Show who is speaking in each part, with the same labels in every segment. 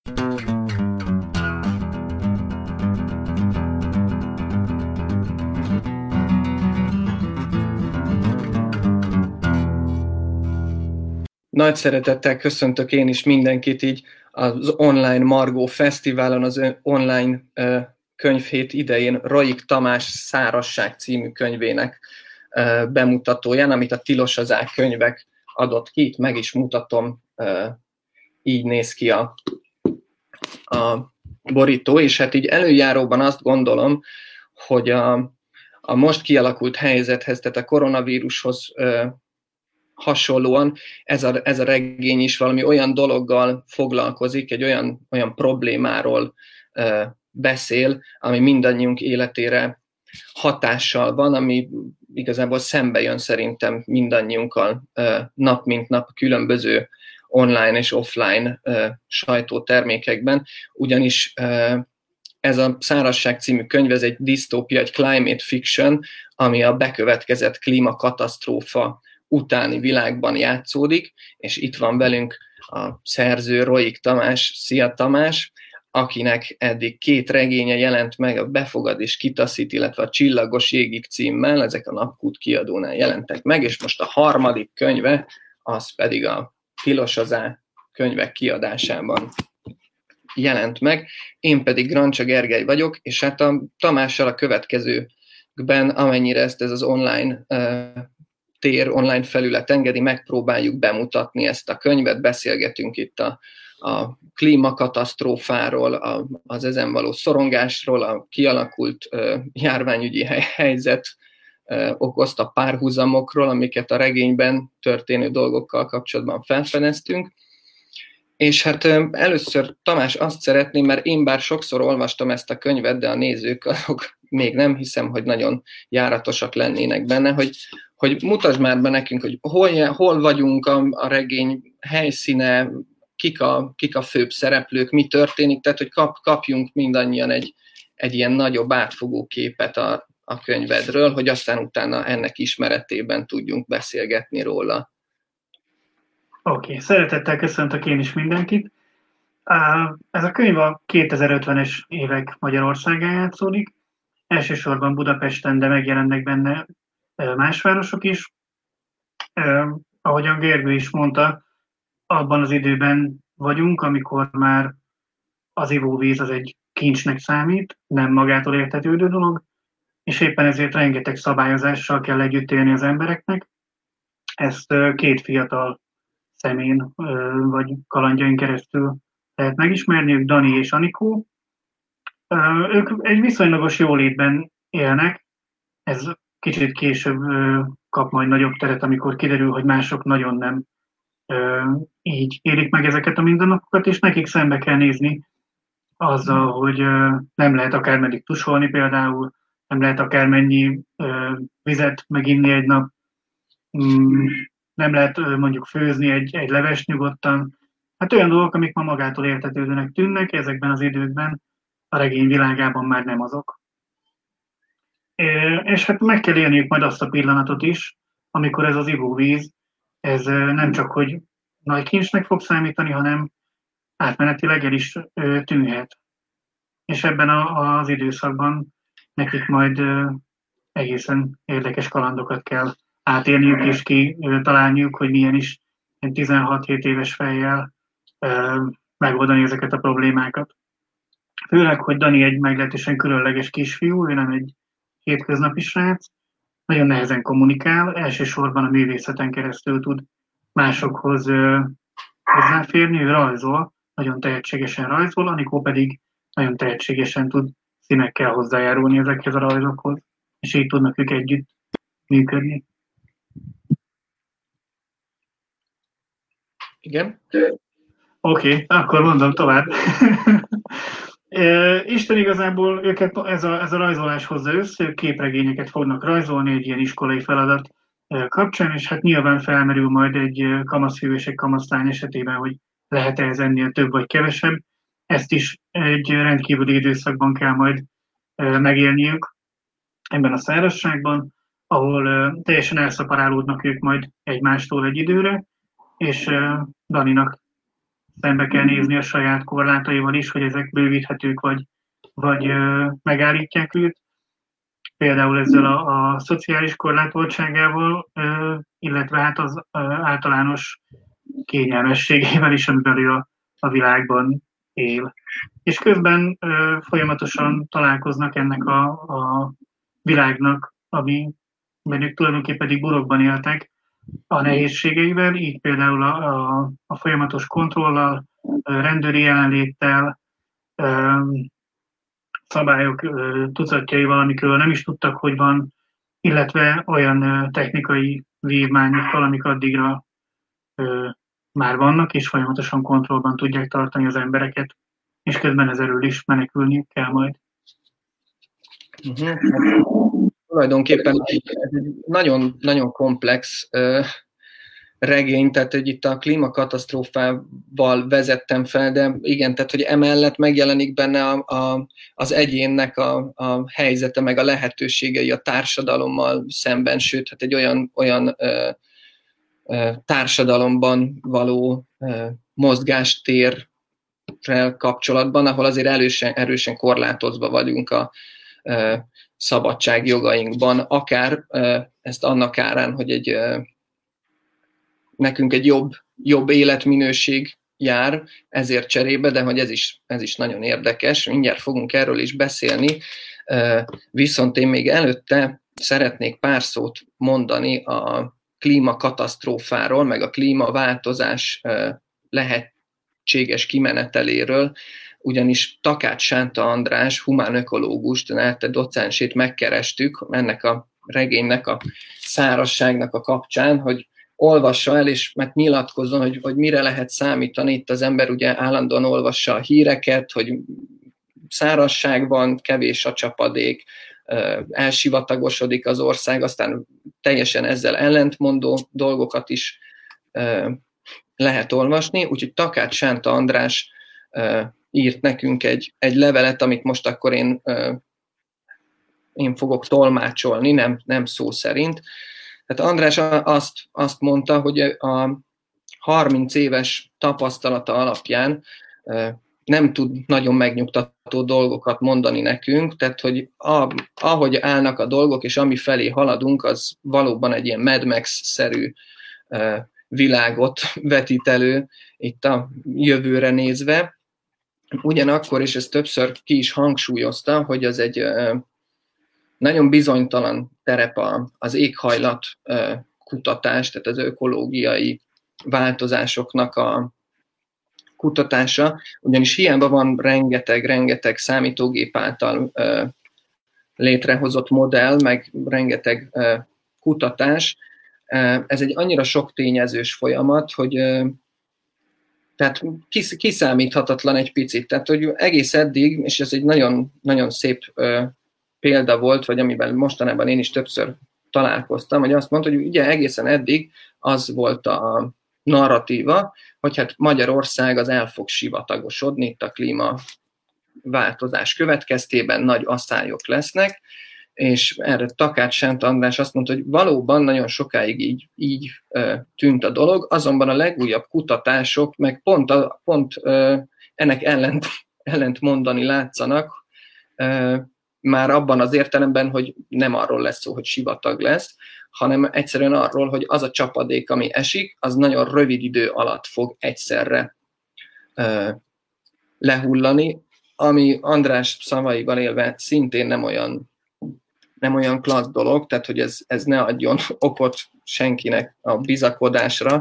Speaker 1: Nagy szeretettel köszöntök én is mindenkit így az Online Margó Fesztiválon, az online könyvhét idején Roik Tamás Szárazság című könyvének bemutatóján, amit a Tilos az Ág könyvek adott ki. Itt meg is mutatom, így néz ki a borító, és hát így előjáróban azt gondolom, hogy a most kialakult helyzethez, tehát a koronavírushoz hasonlóan ez a regény is valami olyan dologgal foglalkozik, egy olyan problémáról beszél, ami mindannyiunk életére hatással van, ami igazából szembe jön szerintem mindannyiunkkal nap mint nap különböző online és offline sajtótermékekben, ugyanis ez a Szárazság című könyv, ez egy disztópia, egy climate fiction, ami a bekövetkezett klímakatasztrófa utáni világban játszódik, és itt van velünk a szerző Roik Tamás. Szia Tamás, akinek eddig 2 regénye jelent meg, a Befogad és kitaszít, illetve a Csillagos égig címmel, ezek a Napkút kiadónál jelentek meg, és most a 3. könyve, az pedig a Tilos az Ág könyvek kiadásában jelent meg. Én pedig Grancsa Gergely vagyok, és hát a Tamással a következőkben, amennyire ezt ez az online tér, online felület engedi, megpróbáljuk bemutatni ezt a könyvet, beszélgetünk itt a klímakatasztrófáról, az ezen való szorongásról, a kialakult járványügyi helyzet okozta párhuzamokról, amiket a regényben történő dolgokkal kapcsolatban felfedeztünk. És hát először, Tamás, azt szeretném, mert én bár sokszor olvastam ezt a könyvet, de a nézők azok még nem hiszem, hogy nagyon járatosak lennének benne, hogy mutasd már be nekünk, hogy hol vagyunk a regény helyszíne, kik a főbb szereplők, mi történik, tehát hogy kapjunk mindannyian egy ilyen nagyobb átfogó képet a könyvedről, hogy aztán utána ennek ismeretében tudjunk beszélgetni róla.
Speaker 2: Oké, szeretettel köszöntök én is mindenkit. Ez a könyv a 2050-es évek Magyarországán játszódik. Elsősorban Budapesten, de megjelennek benne más városok is. Ahogyan Gergő is mondta, abban az időben vagyunk, amikor már az ivóvíz az egy kincsnek számít, nem magától értetődő dolog, és éppen ezért rengeteg szabályozással kell együtt élni az embereknek. Ezt 2 fiatal szemén vagy kalandjain keresztül lehet megismerni, ők Dani és Anikó. Ők egy viszonylagos jólétben élnek, ez kicsit később kap majd nagyobb teret, amikor kiderül, hogy mások nagyon nem így élik meg ezeket a mindennapokat, és nekik szembe kell nézni azzal, hogy nem lehet akármeddig tusolni például, nem lehet akármennyi vizet meginni egy nap, nem lehet mondjuk főzni egy levest nyugodtan. Hát olyan dolgok, amik ma magától értetődőnek tűnnek, ezekben az időkben a regény világában már nem azok. És hát meg kell élniük majd azt a pillanatot is, amikor ez az ivóvíz, ez nem csak, hogy nagy kincsnek fog számítani, hanem átmenetileg el is tűnhet. És ebben az időszakban nekik majd egészen érdekes kalandokat kell átélniük és találniuk, hogy milyen is 16-17 éves fejjel megoldani ezeket a problémákat. Főleg, hogy Dani egy meglehetősen különleges kisfiú, ő nem egy hétköznapi srác, nagyon nehezen kommunikál, elsősorban a művészeten keresztül tud másokhoz hozzáférni, ő rajzol, nagyon tehetségesen rajzol, Anikó pedig nagyon tehetségesen tud színekkel hozzájárulni ezekhez a rajzokhoz, és így tudnak ők együtt működni.
Speaker 1: Igen?
Speaker 2: Oké, akkor mondom tovább. Isten igazából őket ez a rajzolás hozza össze, ők képregényeket fognak rajzolni egy ilyen iskolai feladat kapcsán, és hát nyilván felmerül majd egy kamaszfiú és egy kamaszlány esetében, hogy lehet-e ez ennél több vagy kevesebb. Ezt is egy rendkívüli időszakban kell majd megélniük ebben a szárazságban, ahol teljesen elszaparálódnak ők majd egymástól egy időre, és Daninak szembe kell nézni a saját korlátaival is, hogy ezek bővíthetők, vagy megállítják őt. Például ezzel a szociális korlátoltságával, illetve hát az általános kényelmességével is, amivel ő a világban él. És közben folyamatosan találkoznak ennek a világnak, ami ők tulajdonképpen pedig burokban éltek, a nehézségeivel, így például a folyamatos kontrollal, rendőri jelenléttel, szabályok tucatjaival, amikről nem is tudtak, hogy van, illetve olyan technikai vívmányokkal, amik addigra már vannak, és folyamatosan kontrollban tudják tartani az embereket, és közben ezerről is menekülniük kell majd.
Speaker 1: Tulajdonképpen ez egy nagyon komplex regény, tehát hogy itt a klímakatasztrófával vezettem fel, de igen, tehát hogy emellett megjelenik benne az egyénnek a helyzete, meg a lehetőségei a társadalommal szemben, sőt, hát egy olyan társadalomban való mozgástérrel kapcsolatban, ahol azért erősen korlátozva vagyunk a szabadságjogainkban, akár ezt annak árán, hogy nekünk egy jobb életminőség jár ezért cserébe, de hogy ez is nagyon érdekes, mindjárt fogunk erről is beszélni, viszont én még előtte szeretnék pár szót mondani a klímakatasztrófáról, meg a klímaváltozás lehetséges kimeneteléről, ugyanis Takács Sánta András, humán ökológust, te docensét megkerestük ennek a regénynek, a szárazságnak a kapcsán, hogy olvassa el, és meg nyilatkozzon, hogy mire lehet számítani. Itt az ember ugye állandóan olvassa a híreket, hogy szárazság van, kevés a csapadék, elsivatagosodik az ország, aztán teljesen ezzel ellentmondó dolgokat is lehet olvasni, úgyhogy Takács Sánta András írt nekünk egy levelet, amit most akkor én fogok tolmácsolni, nem szó szerint. Tehát András azt mondta, hogy a 30 éves tapasztalata alapján nem tud nagyon megnyugtató dolgokat mondani nekünk, tehát hogy ahogy állnak a dolgok, és ami felé haladunk, az valóban egy ilyen Mad Max-szerű világot vetít elő itt a jövőre nézve. Ugyanakkor, és ezt többször ki is hangsúlyozta, hogy az egy nagyon bizonytalan terep az éghajlat kutatás, tehát az ökológiai változásoknak a kutatása, ugyanis hiába van rengeteg számítógép által létrehozott modell, meg rengeteg kutatás, ez egy annyira sok tényezős folyamat, hogy tehát kiszámíthatatlan egy picit. Tehát, hogy egész eddig, és ez egy nagyon, nagyon szép példa volt, vagy amiben mostanában én is többször találkoztam, hogy azt mondta, hogy ugye egészen eddig az volt a narratíva, hogy hát Magyarország az el fog sivatagosodni, itt a klímaváltozás következtében nagy asszályok lesznek, és erre Takács Sánta András azt mondta, hogy valóban nagyon sokáig így tűnt a dolog, azonban a legújabb kutatások meg pont ennek ellent mondani látszanak, már abban az értelemben, hogy nem arról lesz szó, hogy sivatag lesz, hanem egyszerűen arról, hogy az a csapadék, ami esik, az nagyon rövid idő alatt fog egyszerre lehullani, ami András szavaival élve szintén nem olyan klassz dolog, tehát hogy ez ne adjon okot senkinek a bizakodásra.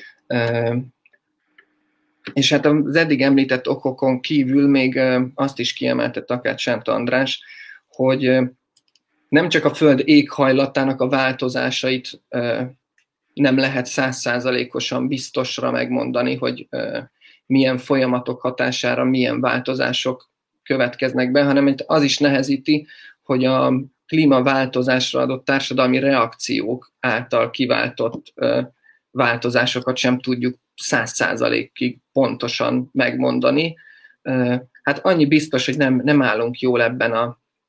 Speaker 1: És hát az eddig említett okokon kívül még azt is kiemelte Takács Sánta András, hogy nem csak a Föld éghajlatának a változásait nem lehet 100%-osan biztosra megmondani, hogy milyen folyamatok hatására milyen változások következnek be, hanem az is nehezíti, hogy a klímaváltozásra adott társadalmi reakciók által kiváltott változásokat sem tudjuk 100%-ig pontosan megmondani. Hát annyi biztos, hogy nem állunk jól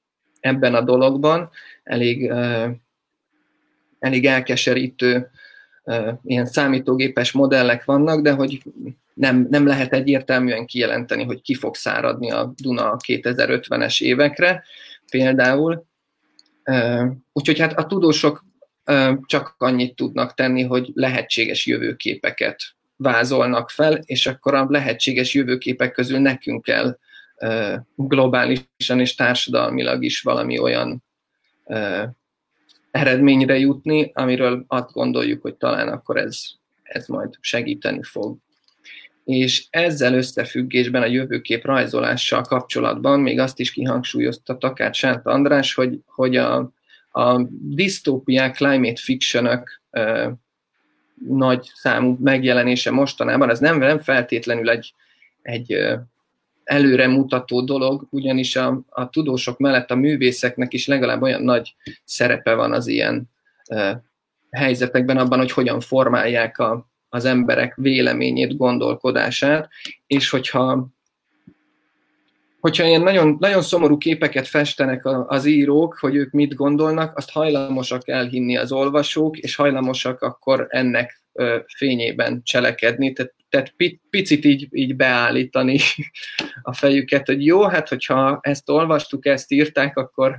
Speaker 1: ebben a dologban, elég elkeserítő ilyen számítógépes modellek vannak, de hogy nem lehet egyértelműen kijelenteni, hogy ki fog száradni a Duna a 2050-es évekre például. Úgyhogy hát a tudósok csak annyit tudnak tenni, hogy lehetséges jövőképeket vázolnak fel, és akkor a lehetséges jövőképek közül nekünk kell globálisan és társadalmilag is valami olyan eredményre jutni, amiről azt gondoljuk, hogy talán akkor ez majd segíteni fog. És ezzel összefüggésben a jövőkép rajzolással kapcsolatban még azt is kihangsúlyozta Takács Sánta András, hogy a disztópiák, climate fictionök nagy számú megjelenése mostanában, ez nem feltétlenül egy előremutató dolog, ugyanis a tudósok mellett a művészeknek is legalább olyan nagy szerepe van az ilyen helyzetekben abban, hogy hogyan formálják az emberek véleményét, gondolkodását, és hogyha ilyen nagyon, nagyon szomorú képeket festenek az írók, hogy ők mit gondolnak, azt hajlamosak elhinni az olvasók, és hajlamosak akkor ennek fényében cselekedni, tehát picit így beállítani a fejüket, hogy jó, hát hogyha ezt olvastuk, ezt írták,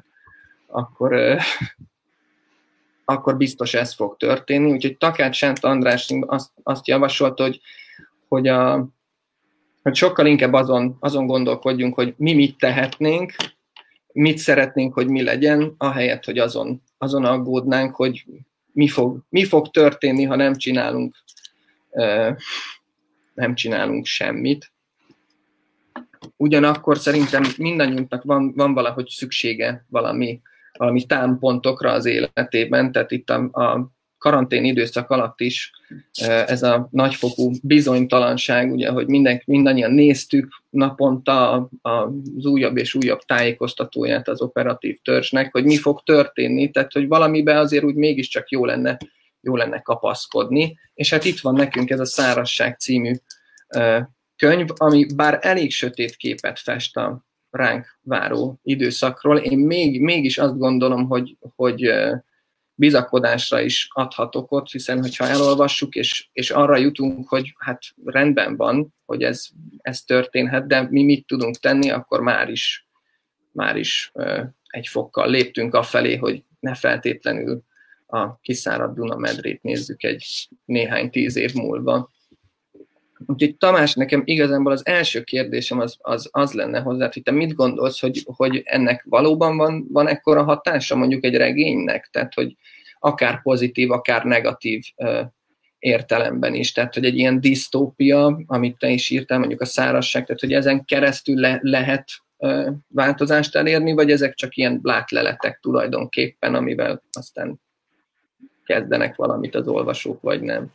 Speaker 1: akkor biztos ez fog történni. Úgyhogy Takács Sánta András azt javasolta, hogy sokkal inkább azon gondolkodjunk, hogy mi mit tehetnénk, mit szeretnénk, hogy mi legyen, ahelyett, hogy azon aggódnánk, hogy mi fog történni, ha nem csinálunk semmit. Ugyanakkor szerintem mindannyiunknak van valahogy szüksége valami támpontokra az életében, tehát itt a karantén időszak alatt is ez a nagyfokú bizonytalanság, ugye, hogy mindannyian néztük naponta az újabb és újabb tájékoztatóját az operatív törzsnek, hogy mi fog történni, tehát hogy valamiben azért úgy mégiscsak jó lenne kapaszkodni, és hát itt van nekünk ez a Szárazság című könyv, ami bár elég sötét képet fest a ránk váró időszakról, én mégis azt gondolom, hogy bizakodásra is adhat okot, hiszen hogyha elolvassuk, és arra jutunk, hogy hát rendben van, hogy ez történhet, de mi mit tudunk tenni, akkor már is egy fokkal léptünk afelé, hogy ne feltétlenül a kiszáradt Duna-medrét nézzük egy néhány 10 év múlva. Úgyhogy Tamás, nekem igazából az első kérdésem az lenne hozzá, hogy te mit gondolsz, hogy ennek valóban van ekkora hatása mondjuk egy regénynek? Tehát, hogy akár pozitív, akár negatív értelemben is. Tehát, hogy egy ilyen disztópia, amit te is írtál, mondjuk a szárazság, tehát, hogy ezen keresztül lehet változást elérni, vagy ezek csak ilyen blákleletek tulajdonképpen, amivel aztán kezdenek valamit az olvasók, vagy nem?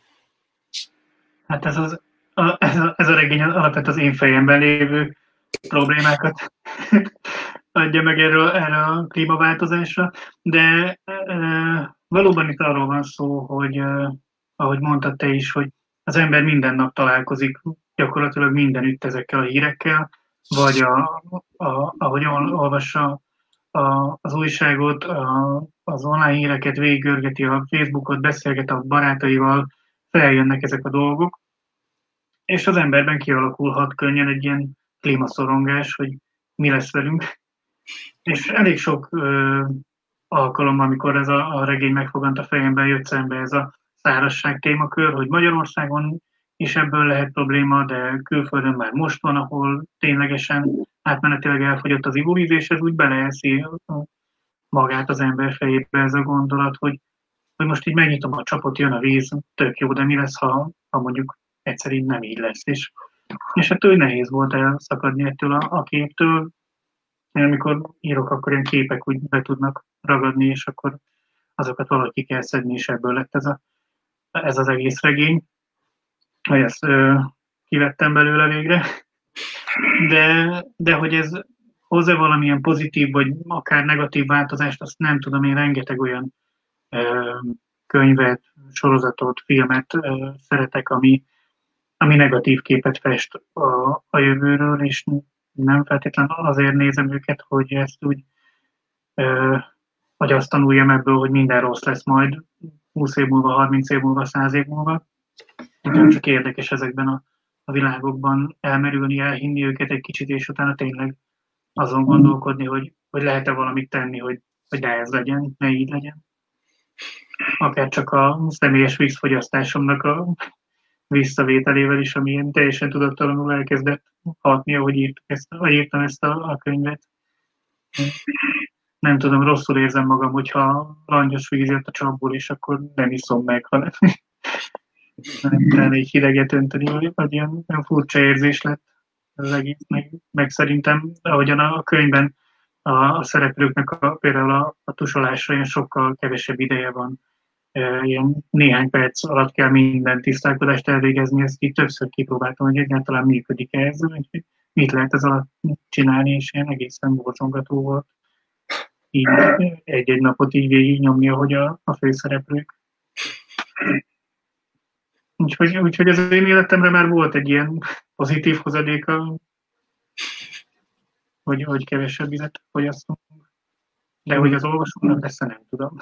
Speaker 2: Hát ez a regény alapvetően az én fejemben lévő problémákat adja meg erre a klímaváltozásra, de valóban itt arról van szó, hogy ahogy mondtad te is, hogy az ember minden nap találkozik gyakorlatilag mindenütt ezekkel a hírekkel, vagy ahogy olvassa az újságot, az online híreket végigörgeti, a Facebookot, beszélget a barátaival, feljönnek ezek a dolgok, és az emberben kialakulhat könnyen egy ilyen klímaszorongás, hogy mi lesz velünk. És elég sok alkalommal, amikor ez a regény megfogant a fejemben, jött szembe ez a szárazság témakör, hogy Magyarországon is ebből lehet probléma, de külföldön már most van, ahol ténylegesen átmenetileg elfogyott az ivóvíz, és ez úgy beleeszi magát az ember fejébe ez a gondolat, hogy most így megnyitom a csapot, jön a víz, tök jó, de mi lesz, ha mondjuk egyszer így nem így lesz. És hát nehéz volt elszakadni ettől a képtől. Én amikor írok, akkor ilyen képek úgy be tudnak ragadni, és akkor azokat valahogy ki kell szedni, és ebből lett ez az egész regény. Hogy ezt kivettem belőle végre. De hogy ez hozzá valamilyen pozitív, vagy akár negatív változást, azt nem tudom, én rengeteg olyan könyvet, sorozatot, filmet szeretek, ami negatív képet fest a jövőről, és nem feltétlenül azért nézem őket, hogy ezt úgy, hogy azt tanuljam ebből, hogy minden rossz lesz majd, 20 év múlva, 30 év múlva, 100 év múlva. Úgyhogy csak érdekes ezekben a világokban elmerülni, elhinni őket egy kicsit, és utána tényleg azon gondolkodni, hogy lehet-e valamit tenni, hogy ne ez legyen, ne így legyen. Akár csak a személyes vízfogyasztásomnak a visszavételével is, ami ilyen teljesen tudattalanul elkezdett hatni, ahogy írtam ezt a könyvet. Nem tudom, rosszul érzem magam, hogyha langyos víz jött a csapból, és akkor nem iszom meg, hanem egy hideget önteni, vagy ilyen furcsa érzés lett az egész. Meg szerintem, ahogyan a könyvben a szereplőknek például a tusolásra ilyen sokkal kevesebb ideje van. Ilyen néhány perc alatt kell minden tisztálkodást elvégezni, ezt így többször kipróbáltam, hogy egyáltalán működik-e ez, hogy mit lehet ez alatt csinálni, és ilyen egészen borzongató volt. Így egy-egy napot így végignyomni, ahogy a főszereplők. Úgyhogy az én életemre már volt egy ilyen pozitív hozadéka, hogy kevesebb vizet fogyasztunk. De hogy az olvasóknak persze nem tudom.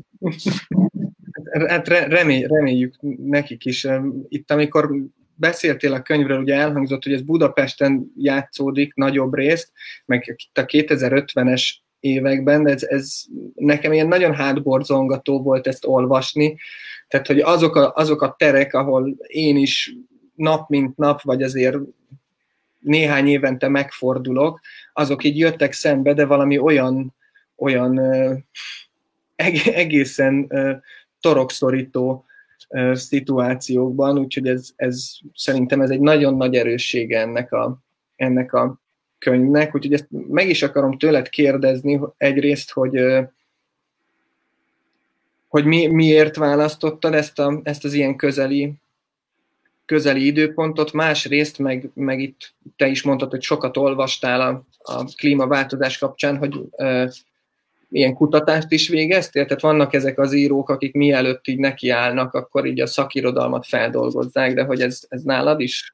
Speaker 1: Hát reméljük nekik is. Itt, amikor beszéltél a könyvről, ugye elhangzott, hogy ez Budapesten játszódik nagyobb részt, meg itt a 2050-es években, de ez nekem ilyen nagyon hátborzongató volt ezt olvasni. Tehát, hogy azok a terek, ahol én is nap mint nap, vagy azért néhány évente megfordulok, azok így jöttek szembe, de valami olyan egészen torokszorító szituációkban, úgyhogy ez szerintem ez egy nagyon nagy erőssége ennek a könyvnek, úgyhogy ezt meg is akarom tőled kérdezni egyrészt, hogy miért választottad ezt az ilyen közeli időpontot, másrészt meg itt te is mondtad, hogy sokat olvastál a klímaváltozás kapcsán, hogy ilyen kutatást is végeztél? Tehát vannak ezek az írók, akik mielőtt így nekiállnak, akkor így a szakirodalmat feldolgozzák, de hogy ez nálad is?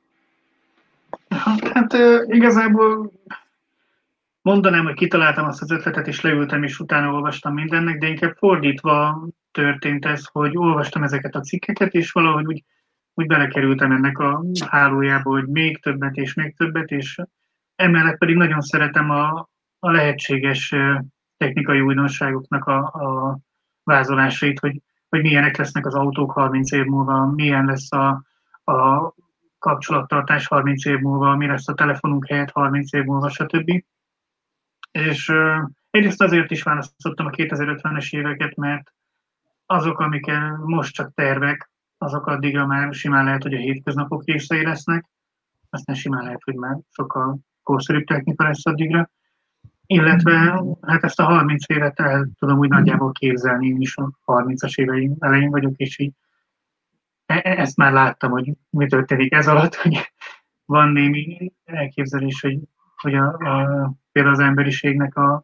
Speaker 2: Hát igazából mondanám, hogy kitaláltam azt az ötletet, és leültem, és utána olvastam mindennek, de inkább fordítva történt ez, hogy olvastam ezeket a cikkeket, és valahogy úgy belekerültem ennek a hálójába, hogy még többet, és emellett pedig nagyon szeretem a lehetséges technikai újdonságoknak a vázolásait, hogy milyenek lesznek az autók 30 év múlva, milyen lesz a kapcsolattartás 30 év múlva, mi lesz a telefonunk helyett 30 év múlva, stb. És egyrészt azért is választottam a 2050-es éveket, mert azok, amik most csak tervek, azok addigra már simán lehet, hogy a hétköznapok részei lesznek, aztán simán lehet, hogy már sokkal korszerűbb technika lesz addigra. Illetve hát ezt a 30 évet el tudom úgy nagyjából képzelni, én is a 30-as éveim elején vagyok, és így ezt már láttam, hogy mi történik ez alatt, hogy van némi elképzelés, hogy például az emberiségnek a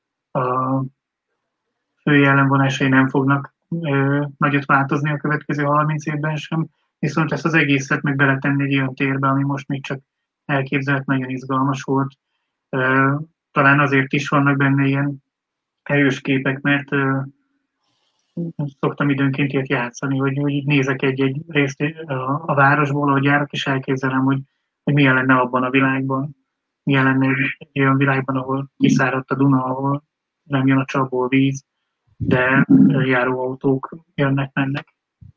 Speaker 2: fő jellemvonásai nem fognak nagyot változni a következő 30 évben sem, viszont ezt az egészet meg beletenni egy olyan térbe, ami most még csak elképzelt, nagyon izgalmas volt. Talán azért is vannak benne ilyen erős képek, mert szoktam időnként ilyet játszani, hogy így nézek egy részt a városból, ahogy járok, és elképzelem, hogy milyen lenne abban a világban. Milyen lenne egy olyan világban, ahol kiszáradt a Duna, ahol nem jön a csapból víz, de járóautók jönnek-mennek.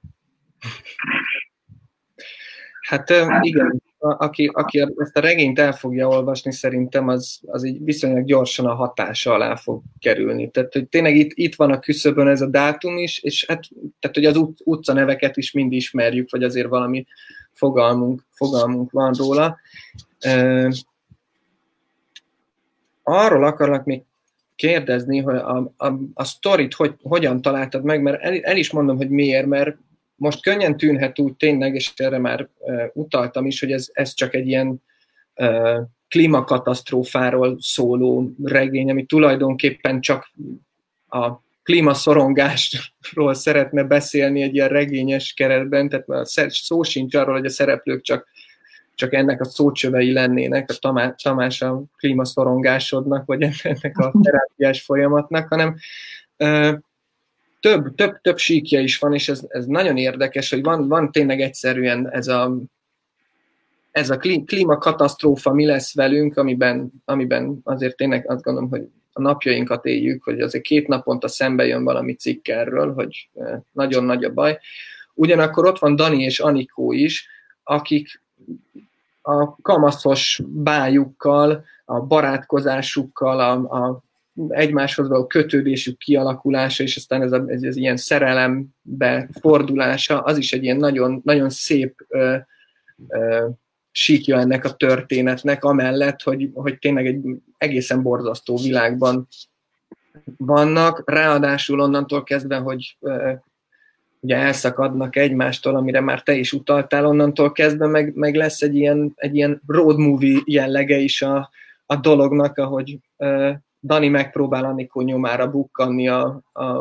Speaker 1: Hát igen, aki ezt a regényt el fogja olvasni, szerintem az így viszonylag gyorsan a hatása alá fog kerülni. Tehát, hogy tényleg itt van a küszöbön ez a dátum is, és hát, tehát, hogy az utcaneveket is mind ismerjük, vagy azért valami fogalmunk van róla. Arról akarlak még kérdezni, hogy a sztorit hogyan találtad meg, mert el is mondom, hogy miért, mert most könnyen tűnhet úgy tényleg, és erre már utaltam is, hogy ez csak egy ilyen klímakatasztrófáról szóló regény, ami tulajdonképpen csak a klímaszorongásról szeretne beszélni egy ilyen regényes keretben, tehát szó sincs arról, hogy a szereplők csak ennek a szócsövei lennének, a Tamás a klímaszorongásodnak, vagy ennek a terápiás folyamatnak, hanem több síkja is van, és ez nagyon érdekes, hogy van tényleg egyszerűen ez a klímakatasztrófa, mi lesz velünk, amiben azért tényleg azt gondolom, hogy a napjainkat éljük, hogy azért 2 naponta szembe jön valami cikk erről, hogy nagyon nagy a baj. Ugyanakkor ott van Dani és Anikó is, akik a kamaszos bájukkal, a barátkozásukkal, a egymáshoz való kötődésük kialakulása, és aztán ez ilyen szerelembe fordulása, az is egy ilyen nagyon, nagyon szép síkja ennek a történetnek, amellett, hogy tényleg egy egészen borzasztó világban vannak, ráadásul onnantól kezdve, hogy ugye elszakadnak egymástól, amire már te is utaltál, onnantól kezdve meg lesz egy ilyen road movie jellege is a dolognak, ahogy Dani megpróbál Anikó nyomára bukkanni a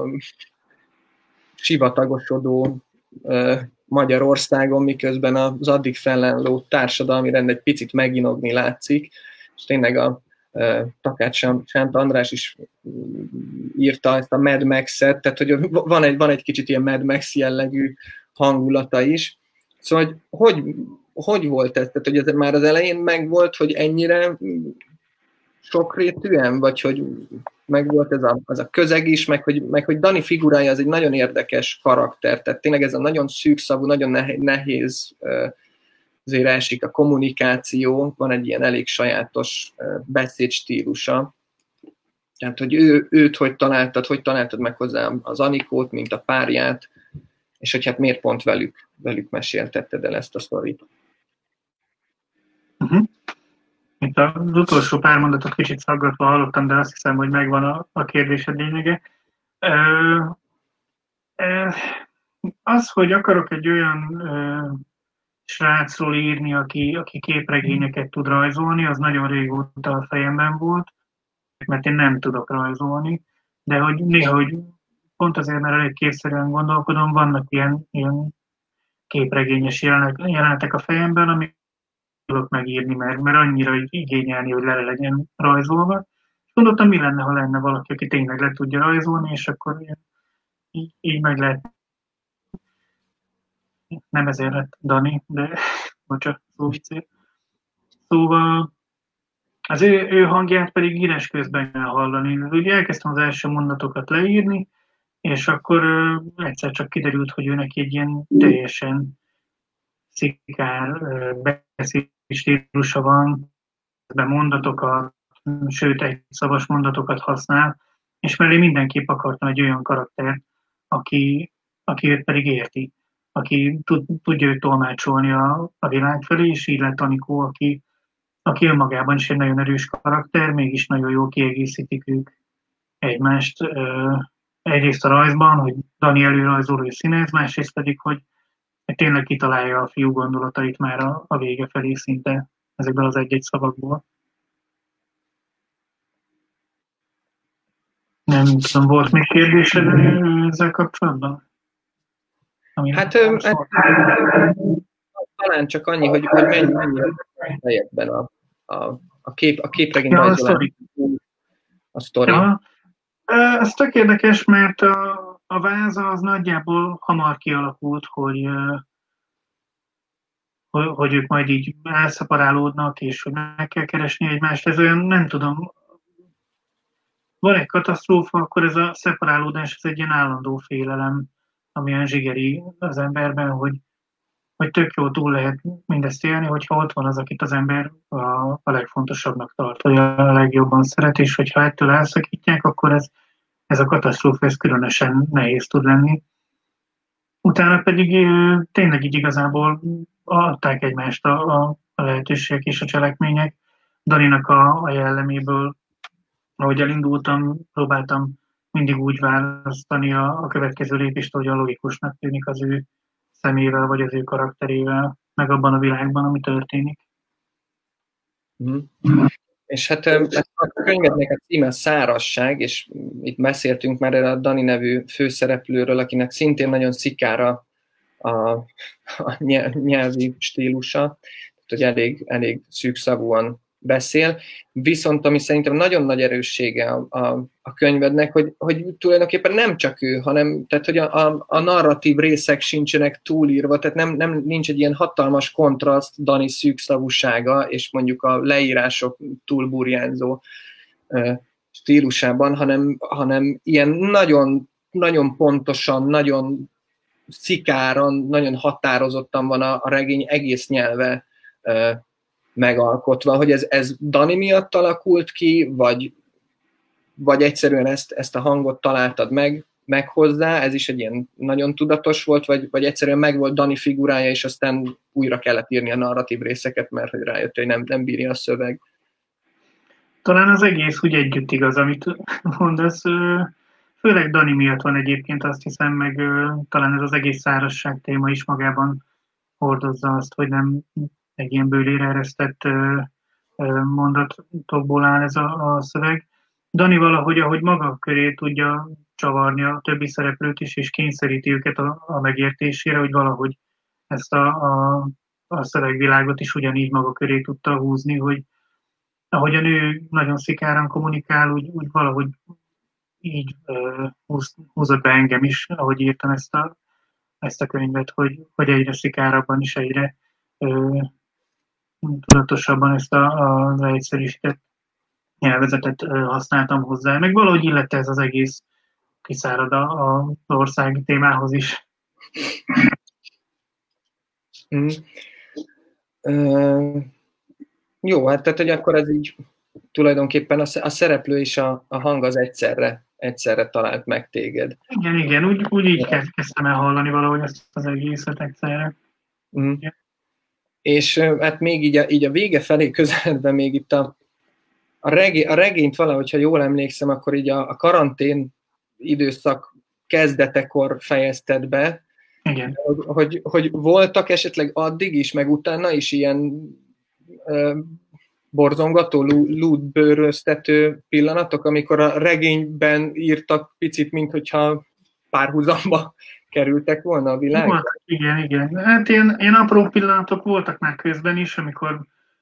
Speaker 1: sivatagosodó Magyarországon, miközben az addig fennálló társadalmi rend egy picit meginogni látszik, és tényleg a Takács Sánt András is írta ezt a Mad Max-et, tehát hogy van egy kicsit ilyen Mad Max jellegű hangulata is. Szóval hogy volt ez? Tehát, hogy ez már az elején megvolt, hogy ennyire sokrétűen, vagy hogy megvolt ez a közeg is, meg hogy Dani figurája az egy nagyon érdekes karakter, tehát tényleg ez a nagyon szűkszavú, nagyon nehéz azért esik a kommunikáció, van egy ilyen elég sajátos beszédstílusa. Tehát, hogy őt hogy találtad meg hozzá az Anikót, mint a párját, és hogy hát miért pont velük meséltetted el ezt a sztorit.
Speaker 2: Itt az utolsó pár mondatot kicsit szaggatva hallottam, de azt hiszem, hogy megvan a kérdésed lényege. Az, hogy akarok egy olyan srácról írni, aki képregényeket tud rajzolni, az nagyon régóta a fejemben volt, mert én nem tudok rajzolni, de hogy néha, hogy pont azért, mert elég képszerűen gondolkodom, vannak ilyen képregényes jelenetek a fejemben, amik tudok megírni, mert annyira igényelni, hogy le legyen rajzolva. Gondoltam, mi lenne, ha lenne valaki, aki tényleg le tudja rajzolni, és akkor így meg lehet. Nem ezért lett Dani, de bocsánat, szó viccér. Szóval az ő hangját pedig írás közben kell hallani. Ugye elkezdtem az első mondatokat leírni, és akkor egyszer csak kiderült, hogy ő neki egy ilyen teljesen szikár beszéd stílusa van, mondatokat, sőt egy szavas mondatokat használ, és mellé mindenképp akartam egy olyan karaktert, aki őt pedig érti, aki tudja őt tolmácsolni a világ felé, és így lett Anikó, aki önmagában is egy nagyon erős karakter, mégis nagyon jól kiegészítik ők egymást. Egyrészt a rajzban, hogy Dani előrajzoló és színész, másrészt pedig, hogy tényleg kitalálja a fiú gondolatait már a vége felé szinte ezekből az egy-egy szavakból. Nem tudom, volt még kérdésed ezzel kapcsolatban?
Speaker 1: Hát talán csak annyi, hogy mennyi helyekben a képregény rajzolás a sztori.
Speaker 2: Ja, ez tök érdekes, mert a váza az nagyjából hamar kialakult, hogy ők majd így elszeparálódnak, és hogy meg kell keresni egymást. Ez olyan, nem tudom, van egy katasztrófa, akkor ez a szeparálódás, ez egy ilyen állandó félelem, ami olyan zsigeri az emberben, hogy tök jól túl lehet mindezt élni, hogyha ott van az, akit az ember a legfontosabbnak tart, vagy a legjobban szeret, és hogyha ettől elszakítják, akkor ez a katasztrófa, ez különösen nehéz tud lenni. Utána pedig tényleg így igazából adták egymást a lehetőségek és a cselekmények. Daninak a jelleméből, ahogy elindultam, próbáltam mindig úgy választani a következő lépést, hogy a logikusnak tűnik az ő szemével, vagy az ő karakterével, meg abban a világban, ami történik.
Speaker 1: És hát a könyvednek a címe Szárazság, és itt beszéltünk már a Dani nevű főszereplőről, akinek szintén nagyon szikára a nyelvi stílusa, hogy elég szűkszavúan beszél, viszont ami szerintem nagyon nagy erőssége a könyvednek, hogy tulajdonképpen nem csak ő, hanem tehát, hogy a narratív részek sincsenek túlírva, tehát nincs egy ilyen hatalmas kontraszt Dani szűkszavúsága, és mondjuk a leírások túlburjánzó stílusában, hanem ilyen nagyon, nagyon pontosan, nagyon szikáran, nagyon határozottan van a regény egész nyelve megalkotva, hogy ez Dani miatt alakult ki, vagy egyszerűen ezt a hangot találtad meg hozzá, ez is egy ilyen nagyon tudatos volt, vagy egyszerűen meg volt Dani figurája, és aztán újra kellett írni a narratív részeket, mert hogy rájött, hogy nem bírja a szöveg.
Speaker 2: Talán az egész úgy együtt igaz, amit mondasz. Főleg Dani miatt van egyébként, azt hiszem, meg talán ez az egész szárazság téma is magában hordozza azt, hogy nem egy ilyen bőlére eresztett mondatokból áll ez a szöveg. Dani valahogy, ahogy maga köré tudja csavarni a többi szereplőt is, és kényszeríti őket a megértésére, hogy valahogy ezt a szövegvilágot is ugyanígy maga köré tudta húzni, hogy ahogy a nő nagyon szikáran kommunikál, úgy valahogy így húzott be engem is, ahogy írtam ezt a könyvet, hogy egyre szikárabban is, egyre tudatosabban ezt az egyszerűsített nyelvezetet használtam hozzá. Meg valahogy illette ez az egész kiszárad az országi témához is.
Speaker 1: Jó, hát tehát, hogy akkor ez így tulajdonképpen a szereplő és a hang az egyszerre talált meg téged.
Speaker 2: Igen, úgy így kezdtem el hallani valahogy ezt az egészet egyszerre.
Speaker 1: És hát még így a vége felé közeledve még itt a regényt valahogy, ha jól emlékszem, akkor így a karantén időszak kezdetekor fejezted be.
Speaker 2: Igen.
Speaker 1: Hogy voltak esetleg addig is, meg utána is ilyen borzongató, lúdbőröztető pillanatok, amikor a regényben írtak picit, mint hogyha párhuzamba kerültek volna a világ?
Speaker 2: Voltak, igen. Hát ilyen apró pillanatok voltak már közben is, amikor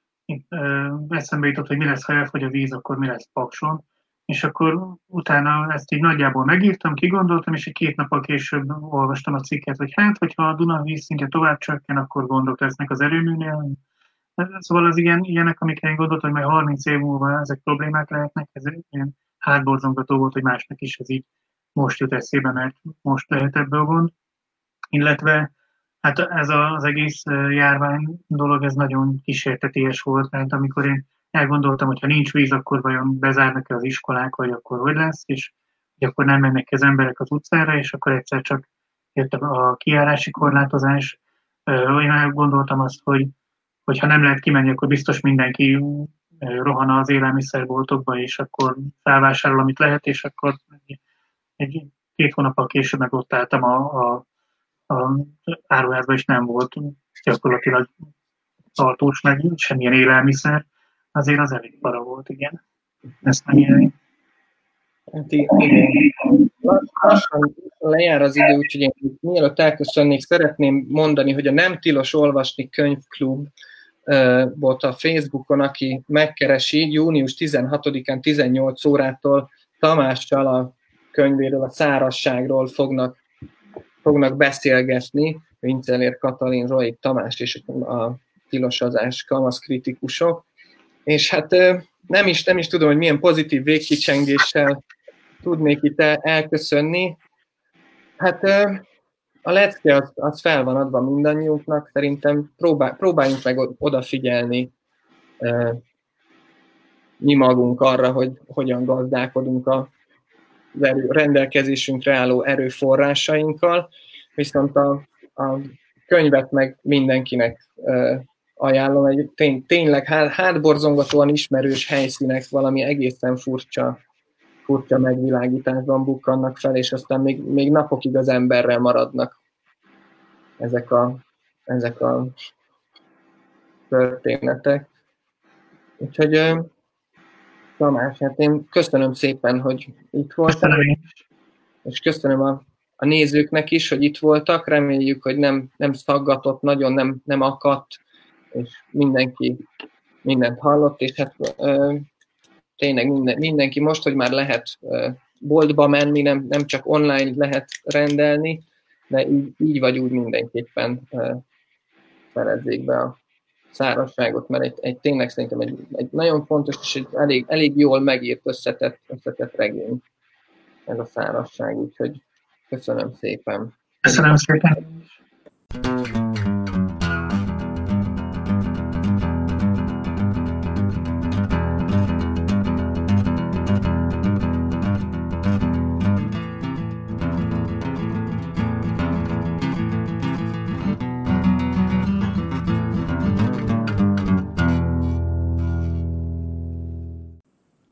Speaker 2: eszembe jutott, hogy mi lesz, ha elfogy a víz, akkor mi lesz Pakson. És akkor utána ezt így nagyjából megírtam, kigondoltam, és egy 2 nappal később olvastam a cikket, hogy hát, hogyha a Duna vízszintje tovább csökken, akkor gondok lesznek az erőműnél. Szóval az ilyenek, amikre én gondoltam, hogy majd 30 év múlva ezek problémák lehetnek, ez ilyen hátborzongató volt, hogy másnak is ez így most jut eszébe, mert most lehet ebből gond. Illetve hát ez az egész járvány dolog, ez nagyon kísérteties volt, mert amikor én elgondoltam, hogy ha nincs víz, akkor vajon bezárnak-e az iskolák, vagy akkor hogy lesz, és hogy akkor nem mennek az emberek az utcára, és akkor egyszer csak jött a kijárási korlátozás. Én elgondoltam azt, hogy ha nem lehet kimenni, akkor biztos mindenki rohan az élelmiszerboltokba, és akkor felvásárol, amit lehet, és akkor 2 hónappal később meg ott álltam a áruházban, és nem volt gyakorlatilag tartós, meg semmilyen élelmiszer. Azért az elég para volt, igen. Ezt megélni.
Speaker 1: Hát igen. Lassan lejár az idő, úgyhogy én mielőtt elköszönnék, szeretném mondani, hogy a Nem Tilos Olvasni Könyvklub volt a Facebookon, aki megkeresi, június 16-án 18 órától Tamással a könyvéről, a szárazságról fognak beszélgetni, Vincelér Katalin, Roy Tamás és a tilosozás kamaszkritikusok. És hát nem is tudom, hogy milyen pozitív végkicsengéssel tudnék itt elköszönni. Hát a lecke az fel van adva mindannyiunknak, szerintem próbáljunk meg odafigyelni mi magunk arra, hogy hogyan gazdálkodunk a rendelkezésünkre álló erőforrásainkkal, viszont a könyvet meg mindenkinek ajánlom, egy tényleg hátborzongatóan ismerős helyszínek valami egészen furcsa megvilágításban bukkannak fel, és aztán még napokig az emberrel maradnak ezek a történetek. Úgyhogy Tamás, hát én köszönöm szépen, hogy itt voltál, és köszönöm a nézőknek is, hogy itt voltak, reméljük, hogy nem szaggatott, nagyon nem akadt, és mindenki mindent hallott, és hát tényleg mindenki most, hogy már lehet boltba menni, nem csak online lehet rendelni, de így vagy úgy mindenképpen szerezzék be a szárazságot, mert tényleg szerintem egy nagyon fontos és egy elég jól megírt, összetett regény ez a szárazság, úgyhogy köszönöm szépen.
Speaker 2: Köszönöm szépen.